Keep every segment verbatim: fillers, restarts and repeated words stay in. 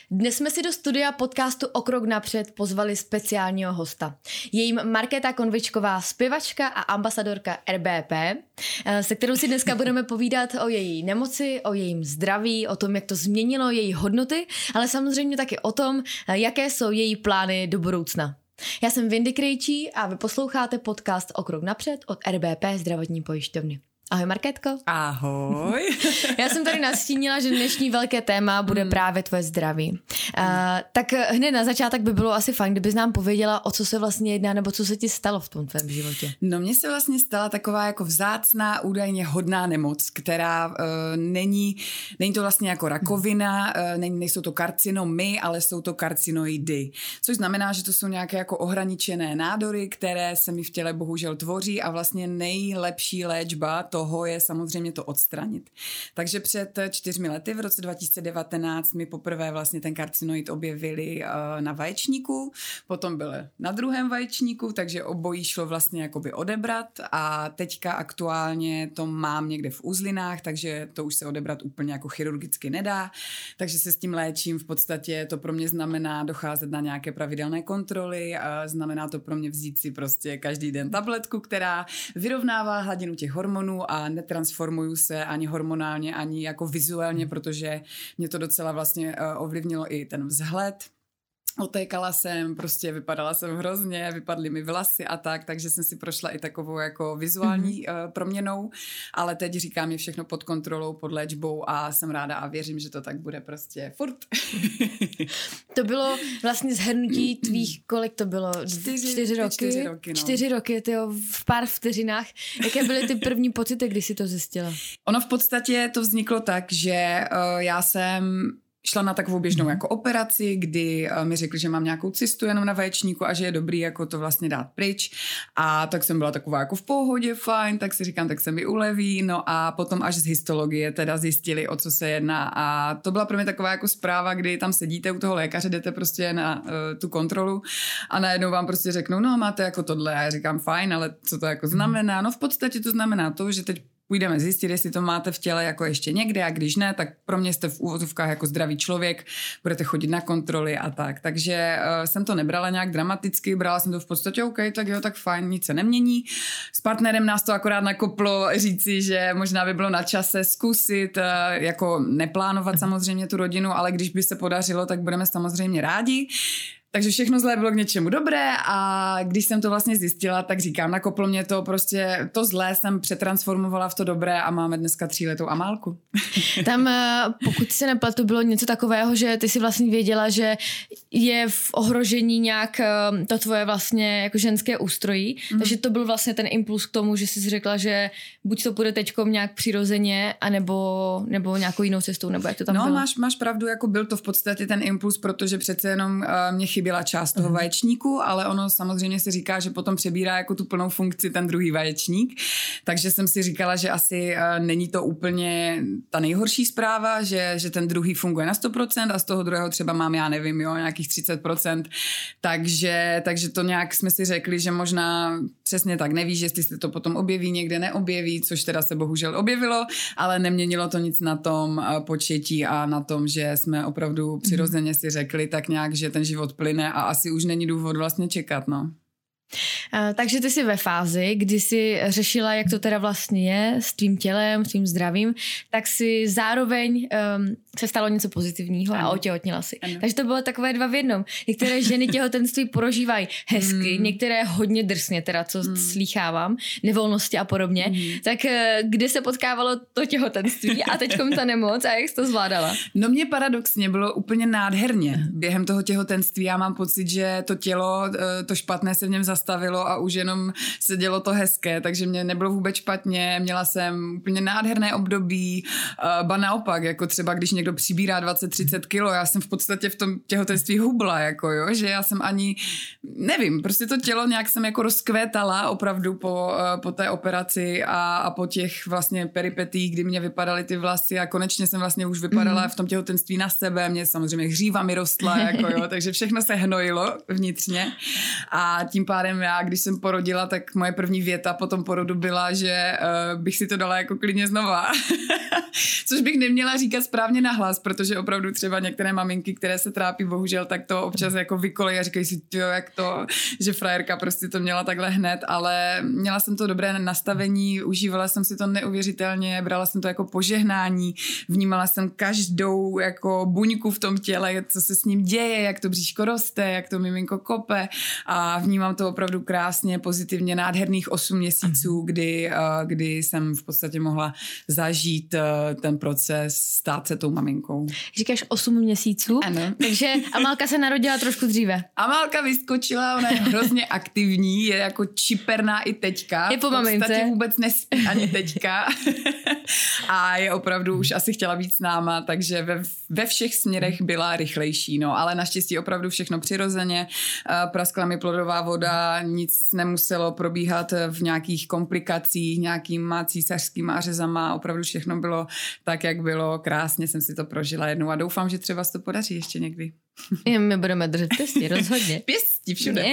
Dnes jsme si do studia podcastu O krok napřed pozvali speciálního hosta. Je jím Markéta Konvičková, zpěvačka a ambasadorka R B P, se kterou si dneska budeme povídat o její nemoci, o jejím zdraví, o tom, jak to změnilo její hodnoty, ale samozřejmě taky o tom, jaké jsou její plány do budoucna. Já jsem Windy Krejčí a vy posloucháte podcast O krok napřed od R B P zdravotní pojišťovny. Ahoj Markétko. Ahoj. Já jsem tady nastínila, že dnešní velké téma bude mm. právě tvoje zdraví. Mm. Uh, tak hned na začátek by bylo asi fajn, kdybys nám pověděla, o co se vlastně jedná, nebo co se ti stalo v tom tvém životě. No mně se vlastně stala taková jako vzácná, údajně hodná nemoc, která uh, není, není to vlastně jako rakovina, uh, není, nejsou to karcinomy, ale jsou to karcinoidy. Což znamená, že to jsou nějaké jako ohraničené nádory, které se mi v těle bohužel tvoří a vlastně nejlepší léčba toho je samozřejmě to odstranit. Takže před čtyřmi lety v roce dva tisíce devatenáct mi poprvé vlastně ten karcinoid objevili uh, na vaječníku, potom byl na druhém vaječníku, takže obojí šlo vlastně jakoby odebrat a teďka aktuálně to mám někde v uzlinách, takže to už se odebrat úplně jako chirurgicky nedá, takže se s tím léčím. V podstatě to pro mě znamená docházet na nějaké pravidelné kontroly a znamená to pro mě vzít si prostě každý den tabletku, která vyrovnává hladinu těch hormonů a netransformuju se ani hormonálně, ani jako vizuálně, protože mě to docela vlastně uh, ovlivnilo i ten vzhled. Otékala jsem, prostě vypadala jsem hrozně, vypadly mi vlasy a tak, takže jsem si prošla i takovou jako vizuální mm-hmm. uh, proměnou, ale teď říkám, je všechno pod kontrolou, pod léčbou a jsem ráda a věřím, že to tak bude prostě furt. To bylo vlastně shrnutí tvých, kolik to bylo? Čtyři, čtyři roky? Čtyři roky, no. Čtyři roky, tyjo, v pár vteřinách. Jaké byly ty první pocity, když jsi to zjistila? Ono v podstatě to vzniklo tak, že uh, já jsem šla na takovou běžnou jako operaci, kdy uh, mi řekli, že mám nějakou cystu jenom na vaječníku a že je dobrý jako to vlastně dát pryč. A tak jsem byla taková jako v pohodě, fajn, tak si říkám, tak se mi uleví. No a potom až z histologie teda zjistili, o co se jedná. A to byla pro mě taková jako zpráva, kdy tam sedíte u toho lékaře, jdete prostě na uh, tu kontrolu a najednou vám prostě řeknou, no máte jako tohle. A já říkám, fajn, ale co to jako znamená? No v podstatě to znamená to, že teď půjdeme zjistit, jestli to máte v těle jako ještě někde a když ne, tak pro mě jste v úvozovkách jako zdravý člověk, budete chodit na kontroly a tak. Takže uh, jsem to nebrala nějak dramaticky, brala jsem to v podstatě OK, tak jo, tak fajn, nic se nemění. S partnerem nás to akorát nakoplo říci, že možná by bylo na čase zkusit, uh, jako neplánovat samozřejmě tu rodinu, ale když by se podařilo, tak budeme samozřejmě rádi. Takže všechno zlé bylo k něčemu dobré a když jsem to vlastně zjistila, tak říkám, nakoplo mě to prostě, to zlé jsem přetransformovala v to dobré a máme dneska tříletou Amálku. Tam, pokud se nepletu, bylo něco takového, že ty si vlastně věděla, že je v ohrožení nějak to tvoje vlastně jako ženské ústrojí, mm. takže to byl vlastně ten impuls k tomu, že jsi řekla, že buď to půjde teďkom nějak přirozeně, anebo, nebo nějakou jinou cestou, nebo jak to tam no, bylo? No máš, máš pravdu, jako byl to v podstatě ten impuls, protože přece jenom uh, mě chybí byla část toho uh-huh. vaječníku, ale ono samozřejmě se říká, že potom přebírá jako tu plnou funkci ten druhý vaječník. Takže jsem si říkala, že asi uh, není to úplně ta nejhorší zpráva, že, že ten druhý funguje na sto procent a z toho druhého třeba mám, já nevím, jo, nějakých třicet procent. Takže, takže to nějak jsme si řekli, že možná přesně tak nevíš, jestli se to potom objeví, někde neobjeví, což teda se bohužel objevilo, ale neměnilo to nic na tom uh, početí a na tom, že jsme opravdu přirozeně si řekli tak nějak, že ten život plyne a asi už není důvod vlastně čekat, no. Uh, takže ty jsi ve fázi, kdy jsi řešila, jak to teda vlastně je s tvým tělem, s tvým zdravím, tak si zároveň um, se stalo něco pozitivního ano. a otěhotnila si. Ano. Takže to bylo takové dva v jednom. Některé ženy těhotenství prožívají hezky, mm. některé hodně drsně, teda co mm. slýchávám, nevolnosti a podobně. Mm. Tak uh, kde se potkávalo to těhotenství a teďkom ta nemoc a jak jsi to zvládala? No mě paradoxně bylo úplně nádherně. Během toho těhotenství já mám pocit, že to tělo, to špatné se v něm zastavilo a už jenom se dělo to hezké, takže mě nebylo vůbec špatně, měla jsem úplně nádherné období, ba naopak, jako třeba když někdo přibírá dvacet třicet kilo, já jsem v podstatě v tom těhotenství hubla, jako jo, že já jsem ani, nevím, prostě to tělo nějak jsem jako rozkvétala opravdu po, po té operaci a, a po těch vlastně peripetích, kdy mě vypadaly ty vlasy a konečně jsem vlastně už vypadala mm. v tom těhotenství na sebe, mě samozřejmě hříva mi rostla, jako jo, takže všechno se hnojilo vnitřně a tím pádem já, když jsem porodila, tak moje první věta po tom porodu byla, že uh, bych si to dala jako klidně znova. Což bych neměla říkat správně na nahlas, protože opravdu třeba některé maminky, které se trápí, bohužel, tak to občas jako vykolejí a říkají si, jo, jak to, že frajerka prostě to měla takhle hned, ale měla jsem to dobré nastavení, užívala jsem si to neuvěřitelně, brala jsem to jako požehnání, vnímala jsem každou jako buňku v tom těle, co se s ním děje, jak to bříško roste, jak to miminko kope a vnímám to opravdu krásně, pozitivně, nádherných osm měsíců, kdy, kdy jsem v podstatě mohla zažít ten proces, stát se tou maminkou. Říkáš osm měsíců? Ano. Takže Amálka se narodila trošku dříve. Amálka vyskočila, ona je hrozně aktivní, je jako čiperná i teďka. Je po mamince. V podstatě vůbec nespí ani teďka. A je opravdu už asi chtěla být s náma, takže ve, ve všech směrech byla rychlejší, no, ale naštěstí opravdu všechno přirozeně. Praskla mi plodová voda, nic nemuselo probíhat v nějakých komplikacích, nějakýma císařskýma řezama, opravdu všechno bylo tak, jak bylo, krásně jsem si to prožila jednou a doufám, že třeba se to podaří ještě někdy. My budeme držet pěstí, rozhodně. Pěstí všude.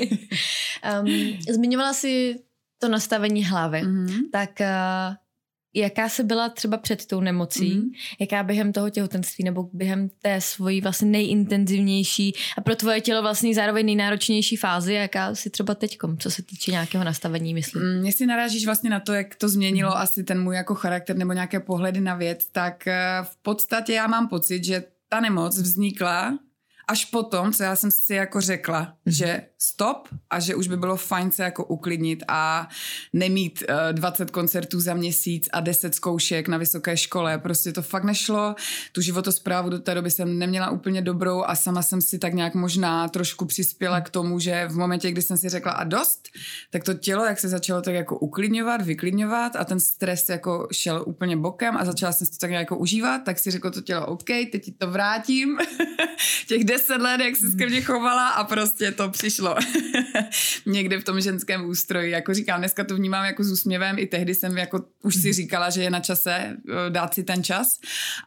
um, zmiňovala jsi to nastavení hlavy, Mm-hmm. tak uh, jaká jsi byla třeba před tou nemocí, mm-hmm. jaká během toho těhotenství nebo během té svojí vlastně nejintenzivnější a pro tvoje tělo vlastně zároveň nejnáročnější fázi, jaká jsi třeba teďkom, co se týče nějakého nastavení mysli? Mm, jestli narážíš vlastně na to, jak to změnilo mm-hmm. asi ten můj jako charakter nebo nějaké pohledy na věc, tak uh, v podstatě já mám pocit, že ta nemoc vznikla až potom, co já jsem si jako řekla, mm-hmm. že stop a že už by bylo fajn se jako uklidnit a nemít uh, dvacet koncertů za měsíc a deset zkoušek na vysoké škole. Prostě to fakt nešlo. Tu životosprávu do té doby jsem neměla úplně dobrou a sama jsem si tak nějak možná trošku přispěla k tomu, že v momentě, kdy jsem si řekla a dost, tak to tělo, jak se začalo tak jako uklidňovat, vyklidňovat a ten stres jako šel úplně bokem a začala jsem si to tak nějak jako užívat, tak si řeklo to tělo, OK, teď ti to vrátím. Těch deset let, jak se ke mně chovala a prostě to přišlo někde v tom ženském ústroji. Jako říkám, dneska to vnímám jako s úsměvem, i tehdy jsem jako už si říkala, že je na čase dát si ten čas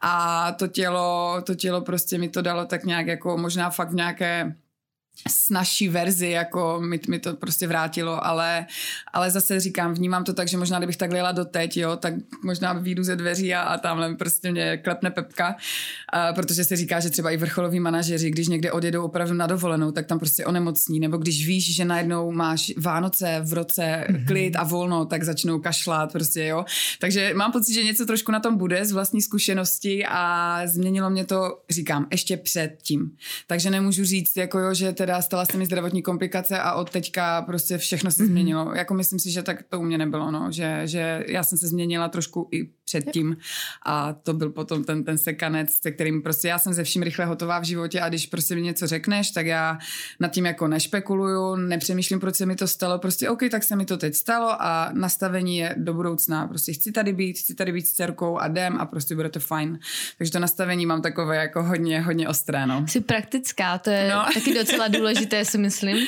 a to tělo, to tělo prostě mi to dalo tak nějak jako možná fakt v nějaké snazší verzi, jako mi, mi to prostě vrátilo, ale, ale zase říkám, vnímám to tak, že možná kdybych takhle jela doteď, jo, tak možná vyjdu ze dveří a, a tamhle prostě mě klepne pepka, a, protože se říká, že třeba i vrcholoví manažeři, když někde odjedou opravdu na dovolenou, tak tam prostě onemocní, nebo když víš, že najednou máš Vánoce v roce, klid a volno, tak začnou kašlat, prostě jo. Takže mám pocit, že něco trošku na tom bude z vlastní zkušenosti a změnilo mě to, říkám, ještě předtím. Takže nemůžu říct, jako jo, že teda stala se mi zdravotní komplikace a od teďka prostě všechno se změnilo. Mm-hmm. Jako myslím si, že tak to u mě nebylo, no. Že, že já jsem se změnila trošku i předtím a to byl potom ten, ten sekanec, se kterým prostě já jsem ze vším rychle hotová v životě a když prostě mi něco řekneš, tak já nad tím jako nešpekuluju, nepřemýšlím, proč se mi to stalo, prostě OK, tak se mi to teď stalo a nastavení je do budoucna. Prostě chci tady být, chci tady být s dcerkou a jdem a prostě bude to fajn. Takže to nastavení mám takové jako hodně, hodně ostré, no. Jsi praktická, to je no. taky docela důležité, si myslím.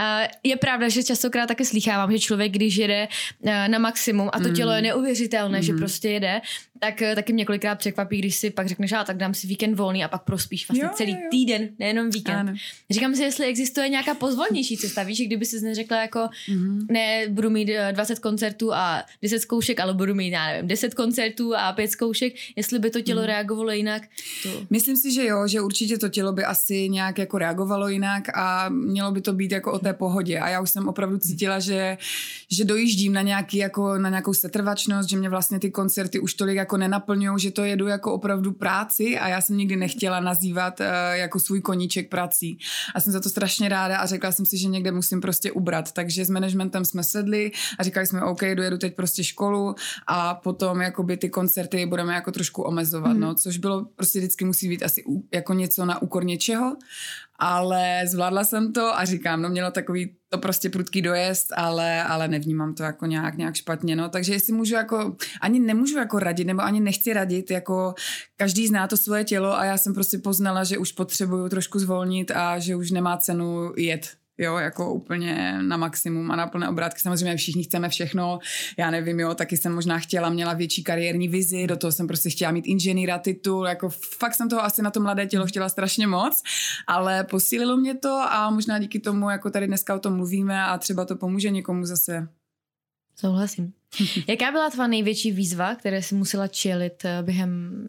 Je pravda, že častokrát taky slýchávám, že člověk, když jede na maximum a to tělo je neuvěřitelné, mm. že prostě jede, tak taky mě kolikrát překvapí, když si pak řekneš, a tak dám si víkend volný a pak prospíš vlastně jo, celý jo. týden, nejenom víkend. Ano. Říkám si, jestli existuje nějaká pozvolnější cesta, víš, že kdyby si neřekla jako, mm. ne, budu mít dvacet koncertů a deset zkoušek, ale budu mít, já nevím, deset koncertů a pět zkoušek, jestli by to tělo mm. reagovalo jinak. To... Myslím si, že jo, že určitě to tělo by asi nějak jako reagovalo jinak a mělo by to být jako o té pohodě a já už jsem opravdu cítila, že, že dojíždím na, nějaký jako, na nějakou setrvačnost, že mě vlastně ty koncerty už tolik jako nenaplňujou, že to jedu jako opravdu práci a já jsem nikdy nechtěla nazývat uh, jako svůj koníček prací a jsem za to strašně ráda a řekla jsem si, že někde musím prostě ubrat, takže s managementem jsme sedli a říkali jsme OK, dojedu teď prostě školu a potom jakoby ty koncerty budeme jako trošku omezovat, mm. no, což bylo prostě vždycky musí být asi u, jako něco na úkor něčeho, ale zvládla jsem to a říkám, no mělo takový to prostě prudký dojezd, ale, ale nevnímám to jako nějak, nějak špatně, no, takže jestli můžu jako, ani nemůžu jako radit, nebo ani nechci radit, jako každý zná to svoje tělo a já jsem prostě poznala, že už potřebuju trošku zvolnit a že už nemá cenu jet. Jo, jako úplně na maximum a na plné obrátky. Samozřejmě všichni chceme všechno. Já nevím, jo, taky jsem možná chtěla, měla větší kariérní vizi, do toho jsem prostě chtěla mít inženýra, titul, jako fakt jsem toho asi na to mladé tělo chtěla strašně moc, ale posílilo mě to a možná díky tomu, jako tady dneska o tom mluvíme a třeba to pomůže někomu zase. Souhlasím. Jaká byla tvá největší výzva, které jsi musela čelit během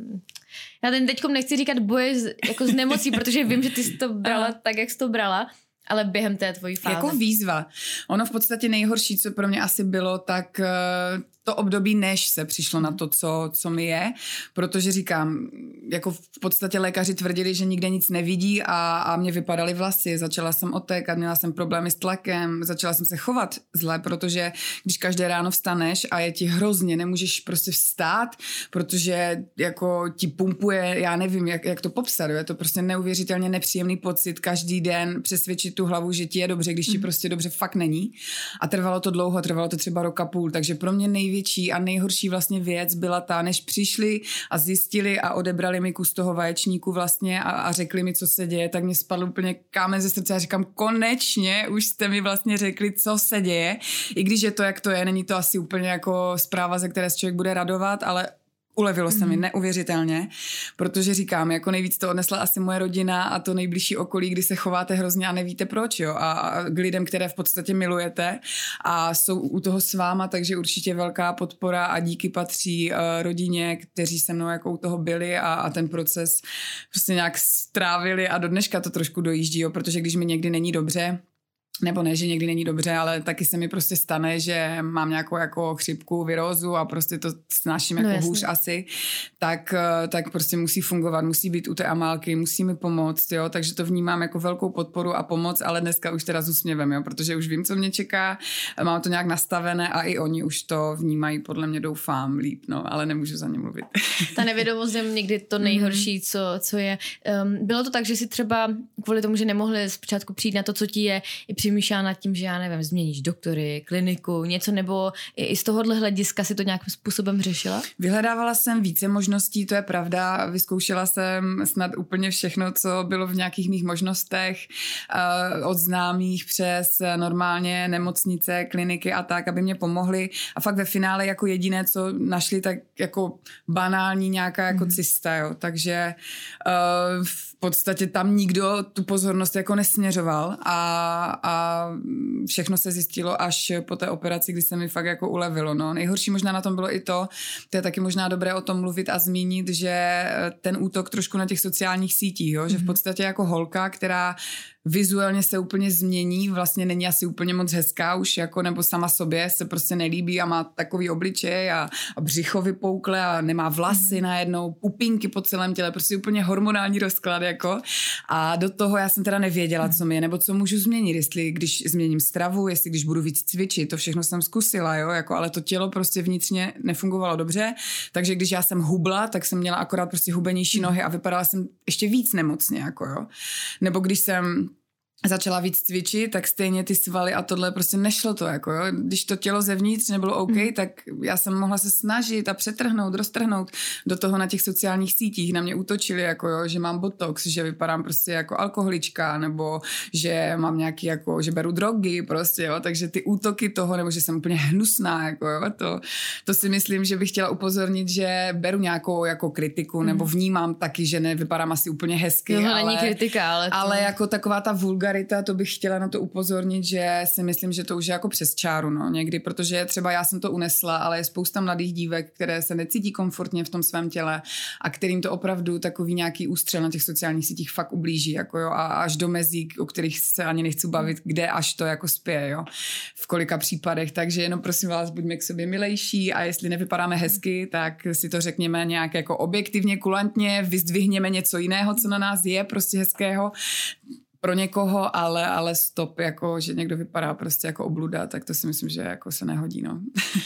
Já ten teďkom nechci říkat boje z, jako z nemocí, protože vím, že ty jsi to brala tak, jak jsi to brala, ale během té tvojí fáze. Jako výzva. Ono v podstatě nejhorší, co pro mě asi bylo, tak to období, než se přišlo na to, co, co mi je, protože říkám, jako v podstatě lékaři tvrdili, že nikde nic nevidí a, a mě vypadaly vlasy, začala jsem otékat, měla jsem problémy s tlakem, začala jsem se chovat zle, protože když každé ráno vstaneš a je ti hrozně, nemůžeš prostě vstát, protože jako ti pumpuje, já nevím, jak, jak to popsat, je to prostě neuvěřitelně nepříjemný pocit každý den přesvědčit tu hlavu, že ti je dobře, když ti mm. prostě dobře fakt není. A trvalo to dlouho, trvalo to třeba rok a půl, takže pro mě největší a nejhorší vlastně věc byla ta, než přišli a zjistili a odebrali mi kus toho vaječníku vlastně a, a řekli mi, co se děje, tak mě spadl úplně kámen ze srdce a říkám, konečně už jste mi vlastně řekli, co se děje, i když je to, jak to je, není to asi úplně jako zpráva, ze které se člověk bude radovat, ale ulevilo se mi neuvěřitelně, protože říkám, jako nejvíc to odnesla asi moje rodina a to nejbližší okolí, kdy se chováte hrozně a nevíte proč, jo, a, a k lidem, které v podstatě milujete a jsou u toho s váma, takže určitě velká podpora a díky patří uh, rodině, kteří se mnou jako u toho byli a, a ten proces prostě nějak strávili a do dneška to trošku dojíždí, jo, protože když mi někdy není dobře, nebo ne, že někdy není dobře, ale taky se mi prostě stane, že mám nějakou jako chřipku, virózu a prostě to snáším jako no, hůř asi, tak, tak prostě musí fungovat, musí být u té Amálky, musí mi pomoct, jo, takže to vnímám jako velkou podporu a pomoc, ale dneska už teda s úsměvem, jo, protože už vím, co mě čeká, mám to nějak nastavené a i oni už to vnímají, podle mě doufám líp, no, ale nemůžu za ně mluvit. Ta nevědomost je někdy to nejhorší, co, co je. Um, bylo to tak, že si třeba kvůli tomu, že nemohli zpočátku přijít na to, co ti je, i přemýšlela nad tím, že já nevím, změníš doktory, kliniku, něco, nebo i, i z tohohle hlediska si to nějakým způsobem řešila? Vyhledávala jsem více možností, to je pravda. Vyzkoušela jsem snad úplně všechno, co bylo v nějakých mých možnostech, uh, od známých přes normálně nemocnice, kliniky a tak, aby mě pomohly. A fakt ve finále jako jediné, co našli, tak jako banální nějaká jako mm. cysta, jo. Takže uh, v podstatě tam nikdo tu pozornost jako nesměřoval a, a všechno se zjistilo až po té operaci, kdy se mi fakt jako ulevilo. No. Nejhorší možná na tom bylo i to, to je taky možná dobré o tom mluvit a zmínit, že ten útok trošku na těch sociálních sítích, jo? Že v podstatě jako holka, která vizuálně se úplně změní, vlastně není asi úplně moc hezká už, jako, nebo sama sobě se prostě nelíbí a má takový obličej a, a břicho vypoukle a nemá vlasy najednou, pupínky po celém těle, prostě úplně hormonální rozklad, jako. A do toho já jsem teda nevěděla, co mi je, nebo co můžu změnit, jestli když změním stravu, jestli když budu víc cvičit, to všechno jsem zkusila, jo, jako, ale to tělo prostě vnitřně nefungovalo dobře, takže když já jsem hubla, tak jsem měla akorát prostě hubenější nohy a vypadala jsem ještě víc nemocně, jako, jo. Nebo když jsem začala víc cvičit, tak stejně ty svaly a tohle prostě nešlo to, jako jo. Když to tělo zevnitř nebylo OK, mm. tak já jsem mohla se snažit a přetrhnout, roztrhnout do toho na těch sociálních sítích. Na mě útočili, jako jo, že mám botox, že vypadám prostě jako alkoholička, nebo že mám nějaký, jako, že beru drogy prostě, jo. Takže ty útoky toho, nebo že jsem úplně hnusná, jako jo, to, to si myslím, že bych chtěla upozornit, že beru nějakou jako kritiku, mm. nebo vnímám taky, že nevypadám asi úplně hezky, no, ale, není kritika, ale, to... ale jako taková ta vulgarita, to bych chtěla na to upozornit, že si myslím, že to už je jako přes čáru, no, někdy, protože třeba já jsem to unesla, ale je spousta mladých dívek, které se necítí komfortně v tom svém těle a kterým to opravdu takový nějaký ústřel na těch sociálních sítích fakt ublíží, jako jo, a až do mezí, o kterých se ani nechci bavit, kde až to jako spěje, jo, v kolika případech, takže jenom prosím vás, buďme k sobě milejší a jestli nevypadáme hezky, tak si to řekněme nějak jako objektivně, kulantně, vyzdvihněme něco jiného, co na nás je prostě hezkého, pro někoho, ale, ale stop, jako, že někdo vypadá prostě jako obluda, tak to si myslím, že jako se nehodí, no.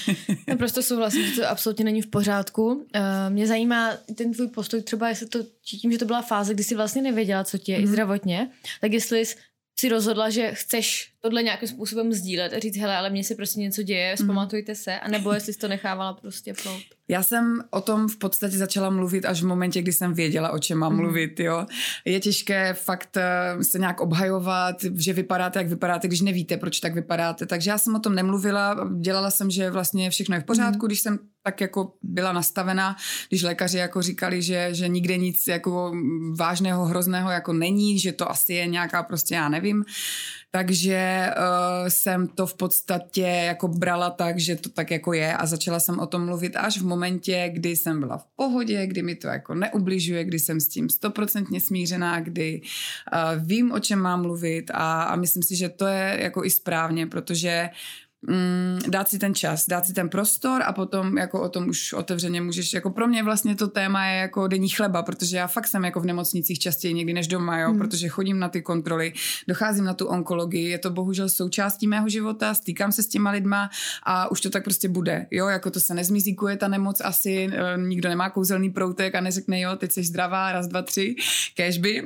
Já prostě souhlasím, že to absolutně není v pořádku. Uh, mě zajímá ten tvůj postoj, třeba jestli to tím, že to byla fáze, kdy jsi vlastně nevěděla, co ti je mm. i zdravotně, tak jestli jsi si rozhodla, že chceš tohle nějakým způsobem sdílet a říct, hele, ale mně se prostě něco děje, vzpamatujte se, anebo jestli jsi to nechávala prostě plout. Já jsem o tom v podstatě začala mluvit až v momentě, kdy jsem věděla, o čem mám mm. mluvit, jo. Je těžké fakt se nějak obhajovat, že vypadáte, jak vypadáte, když nevíte, proč tak vypadáte. Takže já jsem o tom nemluvila, dělala jsem, že vlastně všechno je v pořádku, mm. když jsem tak jako byla nastavená, když lékaři jako říkali, že, že nikde nic jako vážného, hrozného jako není, že to asi je nějaká prostě, já nevím, Takže uh, jsem to v podstatě jako brala tak, že to tak jako je a začala jsem o tom mluvit až v momentě, kdy jsem byla v pohodě, kdy mi to jako neubližuje, kdy jsem s tím stoprocentně smířená, kdy uh, vím, o čem mám mluvit a, a myslím si, že to je jako i správně, protože Mm, dát si ten čas, dát si ten prostor a potom jako o tom už otevřeně můžeš, jako pro mě vlastně to téma je jako denní chleba, protože já fakt jsem jako v nemocnicích častěji někdy než doma, jo, hmm. protože chodím na ty kontroly, docházím na tu onkologii, je to bohužel součástí mého života, stýkám se s těma lidma a už to tak prostě bude, jo, jako to se nezmizíkuje ta nemoc asi, e, nikdo nemá kouzelný proutek a neřekne, jo, teď jsi zdravá, raz, dva, tři, kéžby,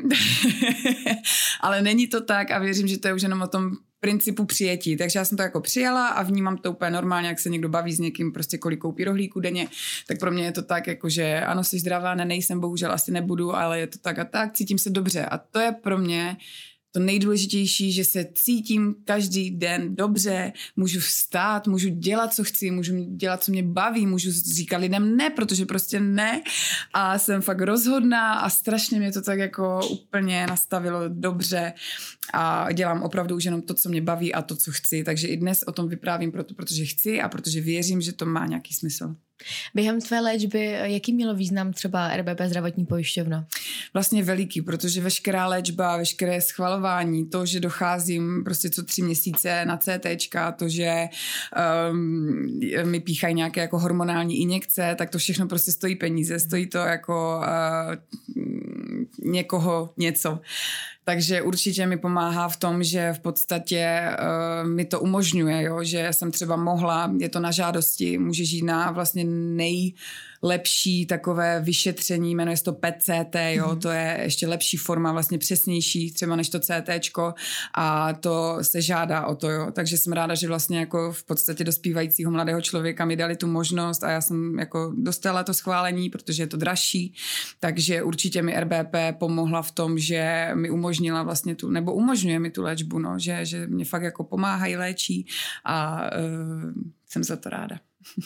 ale není to tak a věřím, že to je už jenom o tom principu přijetí, takže já jsem to jako přijala a vnímám to úplně normálně, jak se někdo baví s někým, prostě kolik koupí rohlíku denně, tak pro mě je to tak, jako že ano, jsi zdravá, ne, nejsem, bohužel asi nebudu, ale je to tak a tak, cítím se dobře a to je pro mě to nejdůležitější, že se cítím každý den dobře, můžu vstát, můžu dělat, co chci, můžu dělat, co mě baví, můžu říkat lidem ne, protože prostě ne a jsem fakt rozhodná a strašně mě to tak jako úplně nastavilo dobře a dělám opravdu už jenom to, co mě baví a to, co chci, takže i dnes o tom vyprávím proto, protože chci a protože věřím, že to má nějaký smysl. Během tvé léčby, jaký mělo význam třeba R B P zdravotní pojišťovna? Vlastně veliký, protože veškerá léčba, veškeré schvalování, to, že docházím prostě co tři měsíce na C T čka, to, že um, mi píchají nějaké jako hormonální injekce, tak to všechno prostě stojí peníze, stojí to jako uh, někoho něco. Takže určitě mi pomáhá v tom, že v podstatě uh, mi to umožňuje, jo? Že jsem třeba mohla, je to na žádosti, může žít na vlastně nejlepší takové vyšetření, jmenuje se to P E T C T, jo? Mm. To je ještě lepší forma, vlastně přesnější třeba než to C T čko a to se žádá o to, jo? Takže jsem ráda, že vlastně jako v podstatě dospívajícího mladého člověka mi dali tu možnost a já jsem jako dostala to schválení, protože je to dražší, takže určitě mi R B P pomohla v tom, že mi umožnila vlastně tu, nebo umožňuje mi tu léčbu, no? že, že mě fakt jako pomáhají, léčí a uh, jsem za to ráda.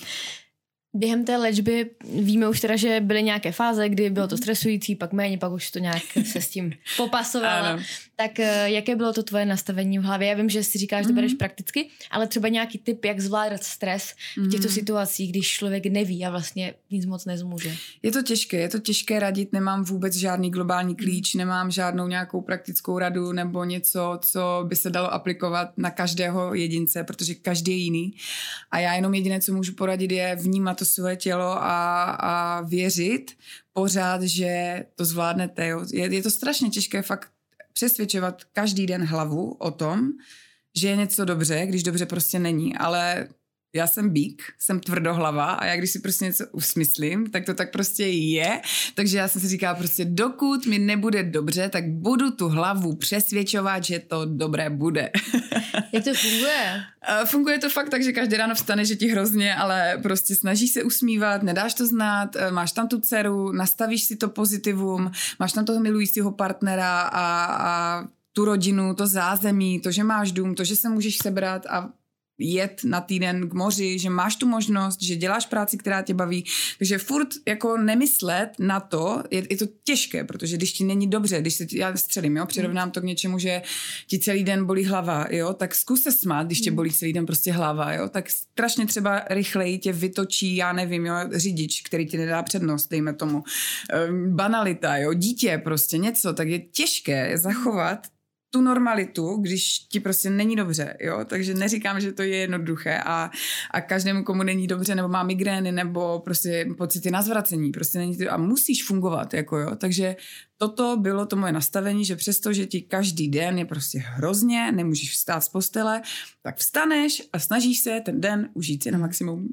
Během té léčby víme už teda, že byly nějaké fáze, kdy bylo to stresující, pak méně, pak už to nějak se s tím popasovala. Tak jaké bylo to tvoje nastavení v hlavě? Já vím, že si říkáš, že to bereš prakticky, ale třeba nějaký tip, jak zvládat stres v těchto situacích, když člověk neví a vlastně nic moc nezmůže. Je to těžké, je to těžké radit, nemám vůbec žádný globální klíč, nemám žádnou nějakou praktickou radu nebo něco, co by se dalo aplikovat na každého jedince, protože každý je jiný. A já jenom jediné, co můžu poradit, je vnímat to svoje tělo a, a věřit pořád, že to zvládnete. Jo. Je, je to strašně těžké fakt přesvědčovat každý den hlavu o tom, že je něco dobře, když dobře prostě není, ale já jsem bík, jsem tvrdohlava a já když si prostě něco usmyslím, tak to tak prostě je. Takže já jsem si říkala prostě dokud mi nebude dobře, tak budu tu hlavu přesvědčovat, že to dobré bude. Jak to funguje? Funguje to fakt tak, že každý ráno vstane, že ti hrozně, ale prostě snažíš se usmívat, nedáš to znát, máš tam tu dceru, nastavíš si to pozitivum, máš tam toho milujícího partnera a, a tu rodinu, to zázemí, to, že máš dům, to, že se můžeš sebrat a jet na týden k moři, že máš tu možnost, že děláš práci, která tě baví. Takže furt jako nemyslet na to, je, je to těžké, protože když ti není dobře, když se, já střelím, jo, přirovnám to k něčemu, že ti celý den bolí hlava, jo, tak zkus se smát, když tě bolí celý den prostě hlava, jo, tak strašně třeba rychleji tě vytočí, já nevím, jo, řidič, který ti nedá přednost, dejme tomu, banalita, jo, dítě prostě něco, tak je těžké zachovat tu normalitu, když ti prostě není dobře, jo, takže neříkám, že to je jednoduché a, a každému, komu není dobře, nebo má migrény, nebo prostě pocity na zvracení, prostě není to, a musíš fungovat, jako jo, takže toto bylo to moje nastavení, že přesto, že ti každý den je prostě hrozně, nemůžeš vstát z postele, tak vstaneš a snažíš se ten den užít si na maximum.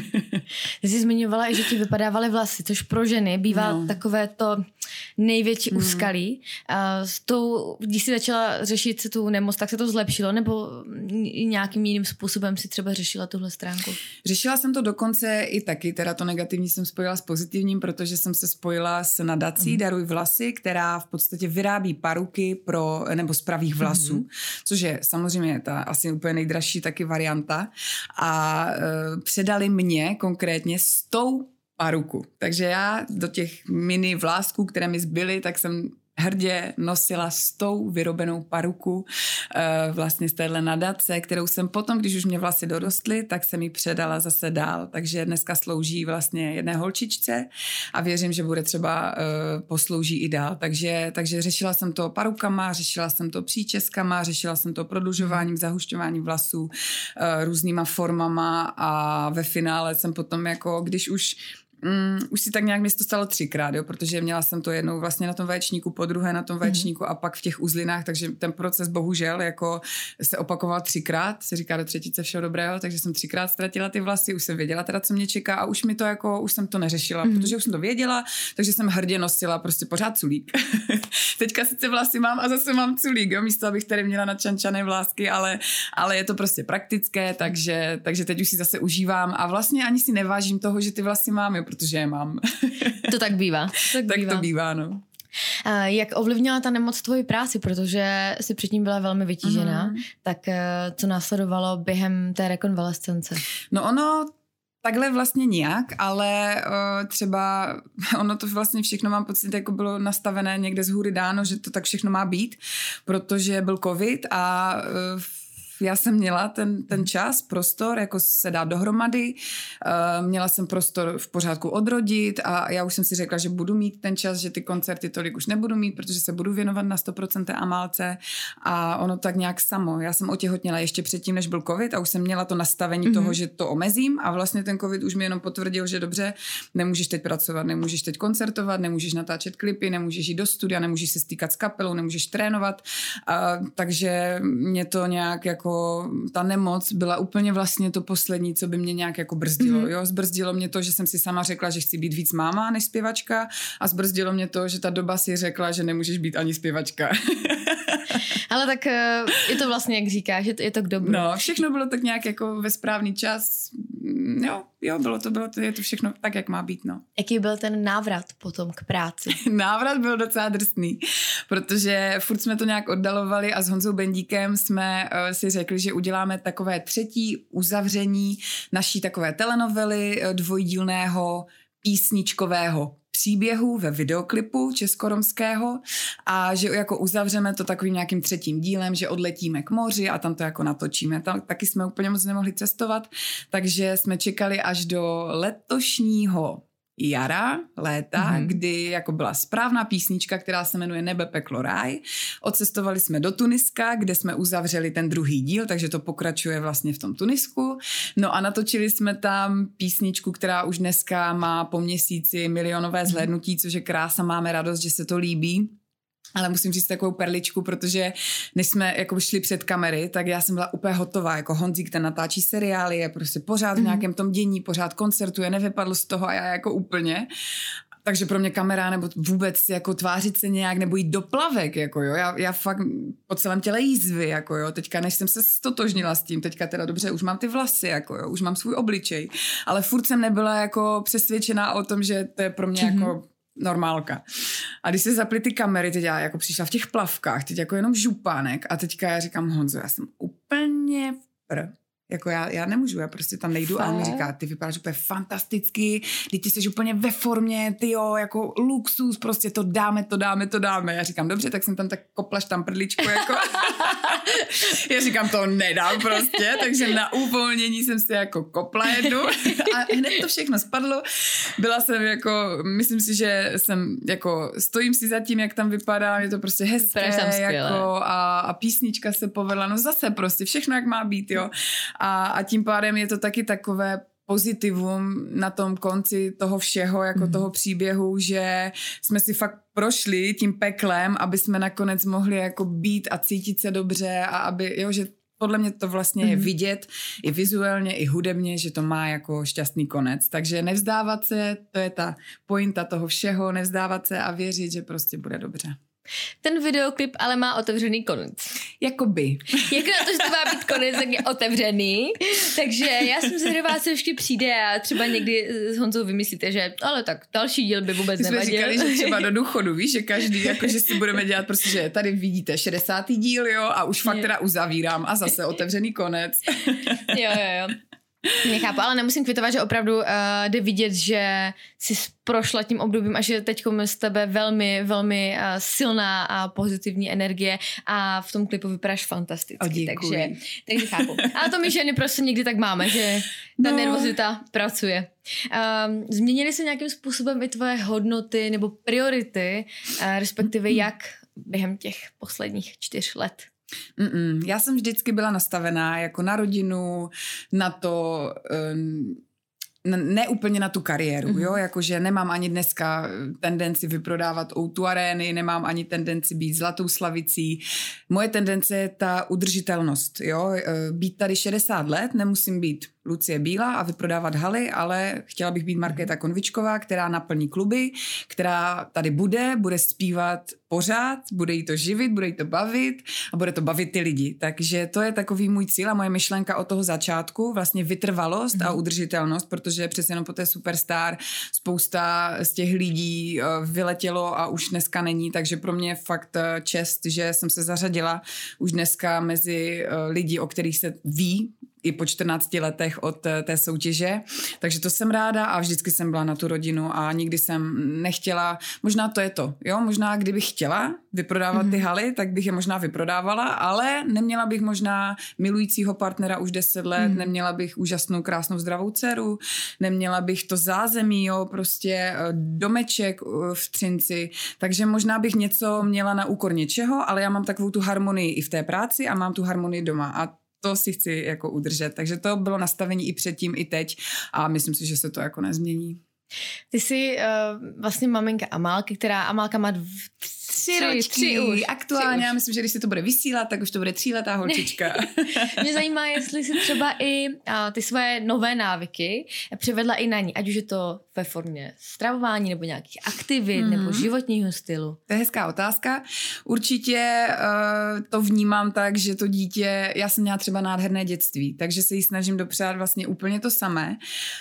Ty jsi zmiňovala, že ti vypadávaly vlasy, což pro ženy bývá no. takové to největší mm. úskalí. A s tou, když jsi začala řešit tu nemoc, tak se to zlepšilo, nebo nějakým jiným způsobem si třeba řešila tuhle stránku? Řešila jsem to dokonce i taky, teda to negativní jsem spojila s pozitivním, protože jsem se spojila s nadací mm. Daruj vlasy, která v podstatě vyrábí paruky pro, nebo z pravých vlasů, mm-hmm. což je samozřejmě ta asi úplně nejdražší taky varianta. A e, předali mě konkrétně s tou paruku. Takže já do těch mini vlásků, které mi zbyly, tak jsem hrdě nosila s tou vyrobenou paruku uh, vlastně z téhle nadace, kterou jsem potom, když už mě vlasy dorostly, tak jsem ji předala zase dál. Takže dneska slouží vlastně jedné holčičce a věřím, že bude třeba uh, poslouží i dál. Takže, takže řešila jsem to parukama, řešila jsem to příčeskama, řešila jsem to prodlužováním, zahušťováním vlasů, uh, různýma formama a ve finále jsem potom jako, když už Mm, už si tak nějak mě to stalo třikrát, jo, protože měla jsem to jednou vlastně na tom vaječníku, po druhé na tom vaječníku mm. a pak v těch uzlinách, takže ten proces bohužel jako se opakoval třikrát, se říká do třetice všeho dobrého, takže jsem třikrát ztratila ty vlasy, už jsem věděla teda, co mě čeká a už mi to jako, už jsem to neřešila, mm. protože už jsem to věděla, takže jsem hrdě nosila prostě pořád culík. Teďka sice vlasy mám a zase mám culík, jo, místo abych tady měla načančané vlásky, ale, ale je to prostě praktické, takže, takže teď už si zase užívám a vlastně ani si nevážím toho, že ty vlasy mám, jo, protože je mám. To tak bývá. Tak, tak bývá. to bývá, no. A jak ovlivnila ta nemoc tvoji práci, protože jsi předtím byla velmi vytížená, mm. tak co následovalo během té rekonvalescence? No ono takhle vlastně nijak, ale uh, třeba ono to vlastně všechno mám pocit, jako bylo nastavené někde z hůry dáno, že to tak všechno má být, protože byl covid a uh, já jsem měla ten, ten čas, prostor, jako se dát dohromady, uh, měla jsem prostor v pořádku odrodit a já už jsem si řekla, že budu mít ten čas, že ty koncerty tolik už nebudu mít, protože se budu věnovat na sto procent Amálce a ono tak nějak samo. Já jsem otěhotněla ještě předtím, než byl covid a už jsem měla to nastavení mm-hmm. toho, že to omezím a vlastně ten covid už mi jenom potvrdil, že dobře, nemůžeš teď pracovat, nemůžeš teď koncertovat, nemůžeš natáčet klipy, nemůžeš jít do studia, nemůžeš se stýkat s kapelou, nemůžeš trénovat, uh, takže mě to nějak jako ta nemoc byla úplně vlastně to poslední, co by mě nějak jako brzdilo. Mm-hmm. Jo? Zbrzdilo mě to, že jsem si sama řekla, že chci být víc máma než zpěvačka a zbrzdilo mě to, že ta doba si řekla, že nemůžeš být ani zpěvačka. Ale tak je to vlastně, jak říkáš, že je to k dobru. No, všechno bylo tak nějak jako ve správný čas. Jo, jo, bylo to, bylo to, je to všechno tak, jak má být, no. Jaký byl ten návrat potom k práci? Návrat byl docela drsný, protože furt jsme to nějak oddalovali a s Honzou Bendíkem jsme uh, si řekli, že uděláme takové třetí uzavření naší takové telenovely uh, dvojdílného písničkového příběhu ve videoklipu českoromského a že jako uzavřeme to takovým nějakým třetím dílem, že odletíme k moři a tam to jako natočíme. Tam taky jsme úplně moc nemohli cestovat, takže jsme čekali až do letošního jara, léta, mm-hmm. kdy jako byla správná písnička, která se jmenuje Nebe, peklo, ráj. Odcestovali jsme do Tuniska, kde jsme uzavřeli ten druhý díl, takže to pokračuje vlastně v tom Tunisku. No a natočili jsme tam písničku, která už dneska má po měsíci milionové zhlédnutí, což je krása, máme radost, že se to líbí. Ale musím říct takovou perličku, protože než jsme jako šli před kamery, tak já jsem byla úplně hotová, jako Honzík, ten natáčí seriály, je prostě pořád v nějakém tom dění, pořád koncertuje, nevypadl z toho a já jako úplně. Takže pro mě kamera nebo vůbec jako tvářit se nějak nebo jít do plavek, jako jo, já, já fakt po celém těle jízvy, jako jo, teďka než jsem se stotožnila s tím, teďka teda dobře, už mám ty vlasy, jako jo, už mám svůj obličej, ale furt jsem nebyla jako přesvědčená o tom, že to je pro mě mm-hmm. jako normálka. A když se zaply ty kamery, teď já jako přišla v těch plavkách, teď jako jenom župánek a teďka já říkám, Honzo, já jsem úplně pr. Jako já, já nemůžu, já prostě tam nejdu a on mi říká, ty vypadáš úplně fantasticky, ty ty jsi úplně ve formě, ty jo, jako luxus, prostě to dáme, to dáme, to dáme. Já říkám, dobře, tak jsem tam tak kopla štamprličku, jako. Já říkám, to nedám prostě, takže na uvolnění jsem si jako kopla jednu a hned to všechno spadlo. Byla jsem jako, myslím si, že jsem jako, stojím si za tím, jak tam vypadá, je to prostě hezké, jako a, a písnička se povedla, no zase prostě všechno, jak má být, jo. A, a tím pádem je to taky takové pozitivum na tom konci toho všeho, jako mm. toho příběhu, že jsme si fakt prošli tím peklem, aby jsme nakonec mohli jako být a cítit se dobře a aby, jo, že podle mě to vlastně mm. je vidět i vizuálně, i hudebně, že to má jako šťastný konec. Takže nevzdávat se, to je ta pointa toho všeho, nevzdávat se a věřit, že prostě bude dobře. Ten videoklip ale má otevřený konec. Jakoby. Jako na to, že to má být konec, tak je otevřený. Takže já jsem zvědavá, co ještě přijde a třeba někdy s Honzou vymyslíte, že ale tak další díl by vůbec nevadil. My jsme říkali, že třeba do důchodu, víš, že každý, jako že si budeme dělat prostě, že tady vidíte šedesátý díl, jo, a už fakt teda uzavírám a zase otevřený konec. Jo, jo, jo. Nechápu, ale nemusím kvitovat, že opravdu uh, jde vidět, že jsi prošla tím obdobím a že teď z tebe velmi, velmi uh, silná a pozitivní energie a v tom klipu vypadáš fantasticky. Takže, takže chápu. Ale to my ženy prostě někdy tak máme, že ta no. nervozita pracuje. Um, změnily se nějakým způsobem i tvoje hodnoty nebo priority, uh, respektive jak během těch posledních čtyř let? Mm-mm. Já jsem vždycky byla nastavená jako na rodinu, na to, um, ne úplně na tu kariéru, mm-hmm. jo, jakože nemám ani dneska tendenci vyprodávat ó dva arény, nemám ani tendenci být zlatou slavicí. Moje tendence je ta udržitelnost, jo, být tady šedesát let, nemusím být Lucie Bílá a vyprodávat haly, ale chtěla bych být Markéta Konvičková, která naplní kluby, která tady bude, bude zpívat pořád, bude jí to živit, bude jí to bavit a bude to bavit ty lidi. Takže to je takový můj cíl a moje myšlenka od toho začátku, vlastně vytrvalost mm. a udržitelnost, protože přesně jenom po té Superstar spousta z těch lidí vyletělo a už dneska není, takže pro mě je fakt čest, že jsem se zařadila už dneska mezi lidi, o kterých se ví, i po čtrnácti letech od té soutěže, takže to jsem ráda a vždycky jsem byla na tu rodinu a nikdy jsem nechtěla, možná to je to, jo, možná kdybych chtěla vyprodávat mm. ty haly, tak bych je možná vyprodávala, ale neměla bych možná milujícího partnera už deset let, mm. neměla bych úžasnou, krásnou, zdravou dceru, neměla bych to zázemí, jo, prostě domeček v Třinci, takže možná bych něco měla na úkor něčeho, ale já mám takovou tu harmonii i v té práci a mám tu harmonii doma a to si chci jako udržet. Takže to bylo nastavení i předtím, i teď a myslím si, že se to jako nezmění. Ty jsi uh, vlastně maminka Amálky, která Amálka má dv, tři, tři ročky. Tři už. Aktuálně, tři já myslím, že když se to bude vysílat, tak už to bude tříletá holčička. Mě zajímá, jestli jsi třeba i uh, ty své nové návyky převedla i na ní, ať už je to ve formě stravování nebo nějakých aktivit mm-hmm. nebo životního stylu. To je hezká otázka. Určitě uh, to vnímám tak, že to dítě, já jsem měla třeba nádherné dětství, takže se jí snažím dopřát vlastně úplně to samé.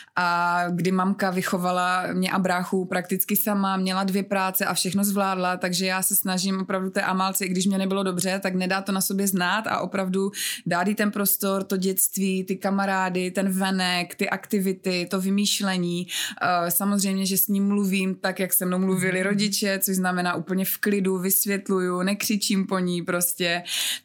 A kdy mamka vychovala mě a bráchu prakticky sama, měla dvě práce a všechno zvládla, takže já se snažím opravdu té Amálce, i když mě nebylo dobře, tak nedá to na sobě znát a opravdu dát jí ten prostor, to dětství, ty kamarády, ten venek, ty aktivity, to vymýšlení. Uh, samozřejmě, že s ním mluvím tak, jak se mnou mluvili rodiče, což znamená úplně v klidu, vysvětluju, nekřičím po ní prostě.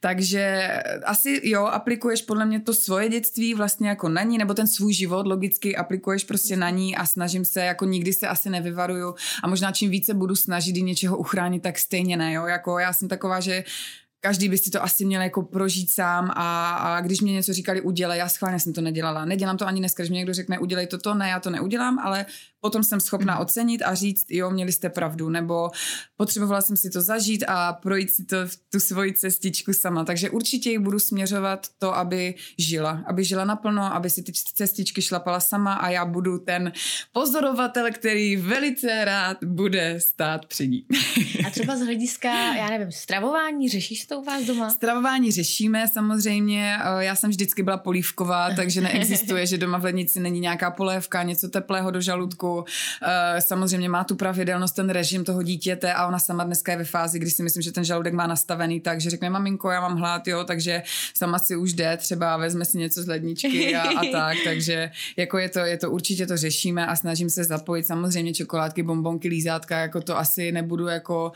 Takže asi jo, aplikuješ podle mě to svoje dětství vlastně jako na ní, nebo ten svůj život logicky aplikuješ prostě na ní a snažím se, jako nikdy se asi nevyvaruju a možná čím více budu snažit i něčeho uchránit, tak stejně ne, jo, jako já jsem taková, že každý by si to asi měl jako prožít sám a, a když mě něco říkali udělej, já schválně jsem to nedělala. Nedělám to ani dneska, když mě někdo řekne udělej toto, ne, já to neudělám, ale potom jsem schopná mm. ocenit a říct, jo, měli jste pravdu, nebo potřebovala jsem si to zažít a projít si to tu svoji cestičku sama. Takže určitě ji budu směřovat to, aby žila, aby žila naplno, aby si ty cestičky šlapala sama a já budu ten pozorovatel, který velice rád bude stát při ní. A třeba z hlediska, já nevím, stravování, řešíš to u vás doma? Stravování řešíme samozřejmě, já jsem vždycky byla polívková, takže neexistuje, že doma v lednici není nějaká polévka, něco teplého do žaludku. Samozřejmě má tu pravidelnost, ten režim toho dítěte a ona sama dneska je ve fázi, kdy si myslím, že ten žaludek má nastavený tak, že řekne maminko, já mám hlad, jo, takže sama si už jde, třeba vezme si něco z ledničky a, a tak, takže jako je to, je to určitě to řešíme a snažím se zapojit samozřejmě čokoládky, bonbonky, lízátka, jako to asi nebudu jako,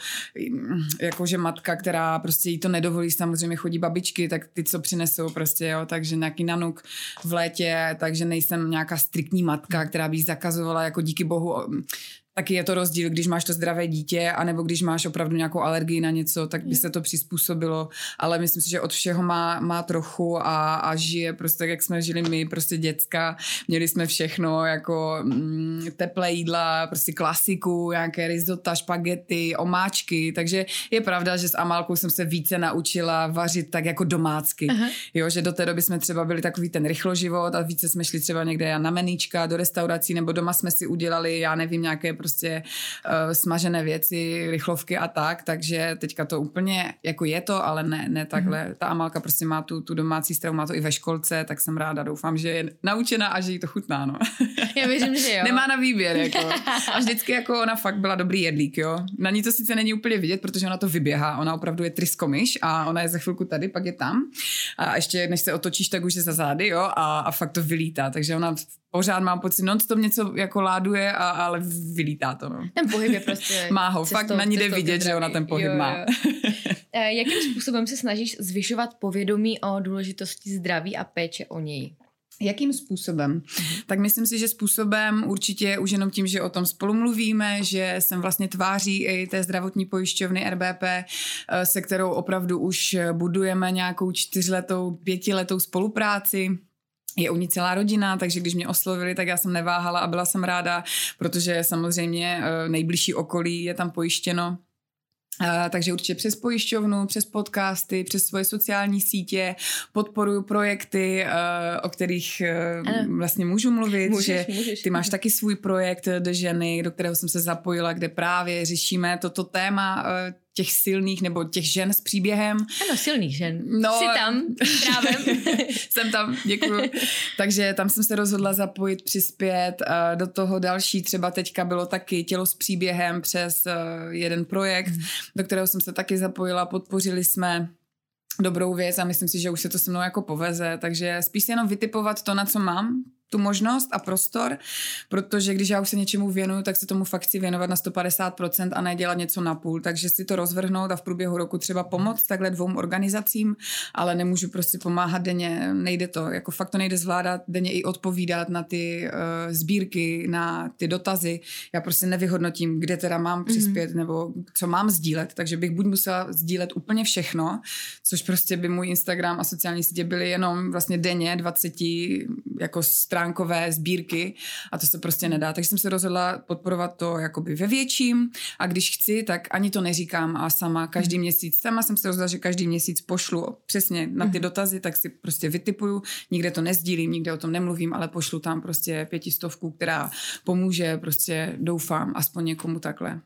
jako že matka, která prostě jí to nedovolí, samozřejmě chodí babičky, tak ty, co přinesou prostě, jo, takže nějaký nanuk v létě, takže nejsem nějaká striktní matka, která by zakazovala, jako díky bohu, taky je to rozdíl, když máš to zdravé dítě, anebo když máš opravdu nějakou alergii na něco, tak by se to přizpůsobilo, ale myslím si, že od všeho má, má trochu a, a žije prostě tak, jak jsme žili my, prostě děcka, měli jsme všechno, jako mm, teplé jídla, prostě klasiku, nějaké risota, špagety, omáčky, takže je pravda, že s Amálkou jsem se více naučila vařit tak jako domácky, aha. Jo, že do té doby jsme třeba byli takový ten rychloživot a více jsme šli třeba někde na meníčka, do restaurací, nebo doma jsme si udělali, já nevím, nějaké prostě uh, smažené věci, rychlovky a tak, takže teďka to úplně, jako je to, ale ne, ne takhle. Mm. Ta Amálka prostě má tu, tu domácí stravu, má to i ve školce, tak jsem ráda, doufám, že je naučená a že jí to chutná, no. Já věřím, že jo. Nemá na výběr, jako. A vždycky jako ona fakt byla dobrý jedlík, jo. Na ní to sice není úplně vidět, protože ona to vyběhá, ona opravdu je tryskomyš a ona je za chvilku tady, pak je tam. A ještě než se otočíš, tak už je za zády, jo, a, a fakt to vylítá, takže ona pořád mám pocit, non-stop něco jako láduje, a, ale vylítá to, no. Ten pohyb je prostě... Má ho, fakt na ní jde vidět, že ona ten pohyb jo, má. Jo. Jakým způsobem se snažíš zvyšovat povědomí o důležitosti zdraví a péče o něj? Jakým způsobem? Tak myslím si, že způsobem určitě už jenom tím, že o tom spolu mluvíme, že jsem vlastně tváří i té zdravotní pojišťovny R B P, se kterou opravdu už budujeme nějakou čtyřletou, pětiletou spolupráci. Je u ní celá rodina, takže když mě oslovili, tak já jsem neváhala a byla jsem ráda, protože samozřejmě nejbližší okolí je tam pojištěno. Uh, takže určitě přes pojišťovnu, přes podcasty, přes svoje sociální sítě podporuju projekty, uh, o kterých uh, vlastně můžu mluvit, můžeš, že můžeš. Ty máš taky svůj projekt do ženy, do kterého jsem se zapojila, kde právě řešíme toto téma uh, těch silných nebo těch žen s příběhem. Ano, silných žen. No, jsi tam právem. Jsem tam, děkuju. Takže tam jsem se rozhodla zapojit, přispět. Uh, do toho další třeba teďka bylo taky Tělo s příběhem přes uh, jeden projekt, mm. do kterého jsem se taky zapojila, podpořili jsme dobrou věc a myslím si, že už se to se mnou jako poveze, takže spíš jenom vytipovat to, na co mám tu možnost a prostor, protože když já už se něčemu věnuju, tak se tomu fakt chci věnovat na sto padesát procent a ne dělat něco na půl, takže si to rozvrhnout a v průběhu roku třeba pomoct takhle dvou organizacím, ale nemůžu prostě pomáhat denně, nejde to, jako fakt to nejde zvládat, denně i odpovídat na ty uh, sbírky, na ty dotazy, já prostě nevyhodnotím, kde teda mám přispět mm-hmm. nebo co mám sdílet, takže bych buď musela sdílet úplně všechno, což prostě by můj Instagram a sociální sítě byly jenom vlastně denně dvacet jako stránkové sbírky a to se prostě nedá. Takže jsem se rozhodla podporovat to jakoby ve větším a když chci, tak ani to neříkám a sama každý mm. měsíc, sama jsem se rozhodla, že každý měsíc pošlu přesně na ty mm. dotazy, tak si prostě vytipuju, nikde to nezdílím, nikde o tom nemluvím, ale pošlu tam prostě pětistovku, která pomůže, prostě doufám, aspoň někomu takhle.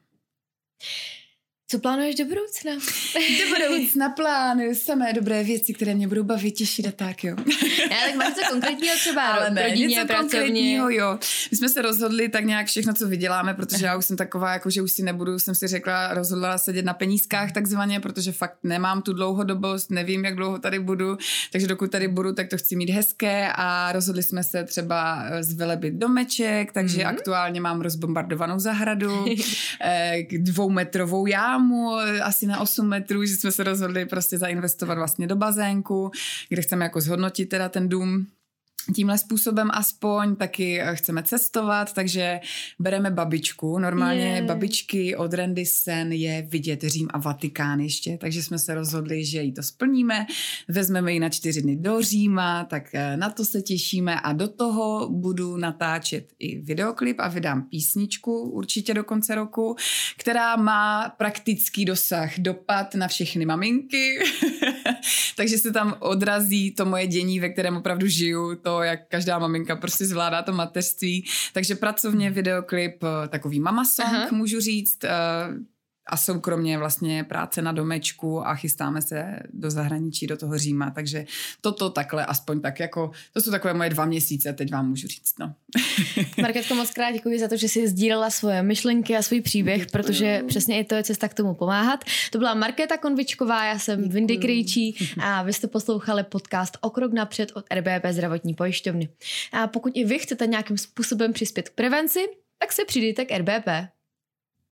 Co plánuješ do budoucna? Do budoucna plánuju samé dobré věci, které mě budou bavit, těšit a tak, jo. Já, tak máš něco konkrétního třeba ale ne, rodině, něco pracovně. konkrétního, jo. My jsme se rozhodli tak nějak všechno, co vyděláme, protože já už jsem taková, jako že už si nebudu, jsem si řekla, rozhodla sedět na penízkách takzvaně, protože fakt nemám tu dlouhodobost, nevím, jak dlouho tady budu, takže dokud tady budu, tak to chci mít hezké a rozhodli jsme se třeba zvelebit domeček, takže mm-hmm. aktuálně mám rozbombardovanou zahradu, dvoumetrovou jámu, asi na osm metrů, že jsme se rozhodli prostě zainvestovat vlastně do bazénku, kde chceme jako zhodnotit teda ten dům tímhle způsobem aspoň, taky chceme cestovat, takže bereme babičku. Normálně yeah. babičky od Randy sen je vidět Řím a Vatikán ještě, takže jsme se rozhodli, že jí to splníme. Vezmeme ji na čtyři dny do Říma, tak na to se těšíme a do toho budu natáčet i videoklip a vydám písničku určitě do konce roku, která má praktický dosah, dopad na všechny maminky, takže se tam odrazí to moje dění, ve kterém opravdu žiju, to, jak každá maminka prostě zvládá to mateřství. Takže pracovně videoklip, takový mama song, Aha. můžu říct, a soukromně vlastně práce na domečku a chystáme se do zahraničí, do toho Říma, takže toto takhle aspoň tak jako, to jsou takové moje dva měsíce, teď vám můžu říct, no. Markétko, moc krát děkuji za to, že jsi sdílela svoje myšlenky a svůj příběh, děkuji. Protože přesně i to je cesta k tomu pomáhat. To byla Markéta Konvičková, já jsem děkuji. Vindy Krejčí a vy jste poslouchali podcast O krok napřed od R B P zdravotní pojišťovny. A pokud i vy chcete nějakým způsobem přispět k prevenci, tak se přidejte k R B P.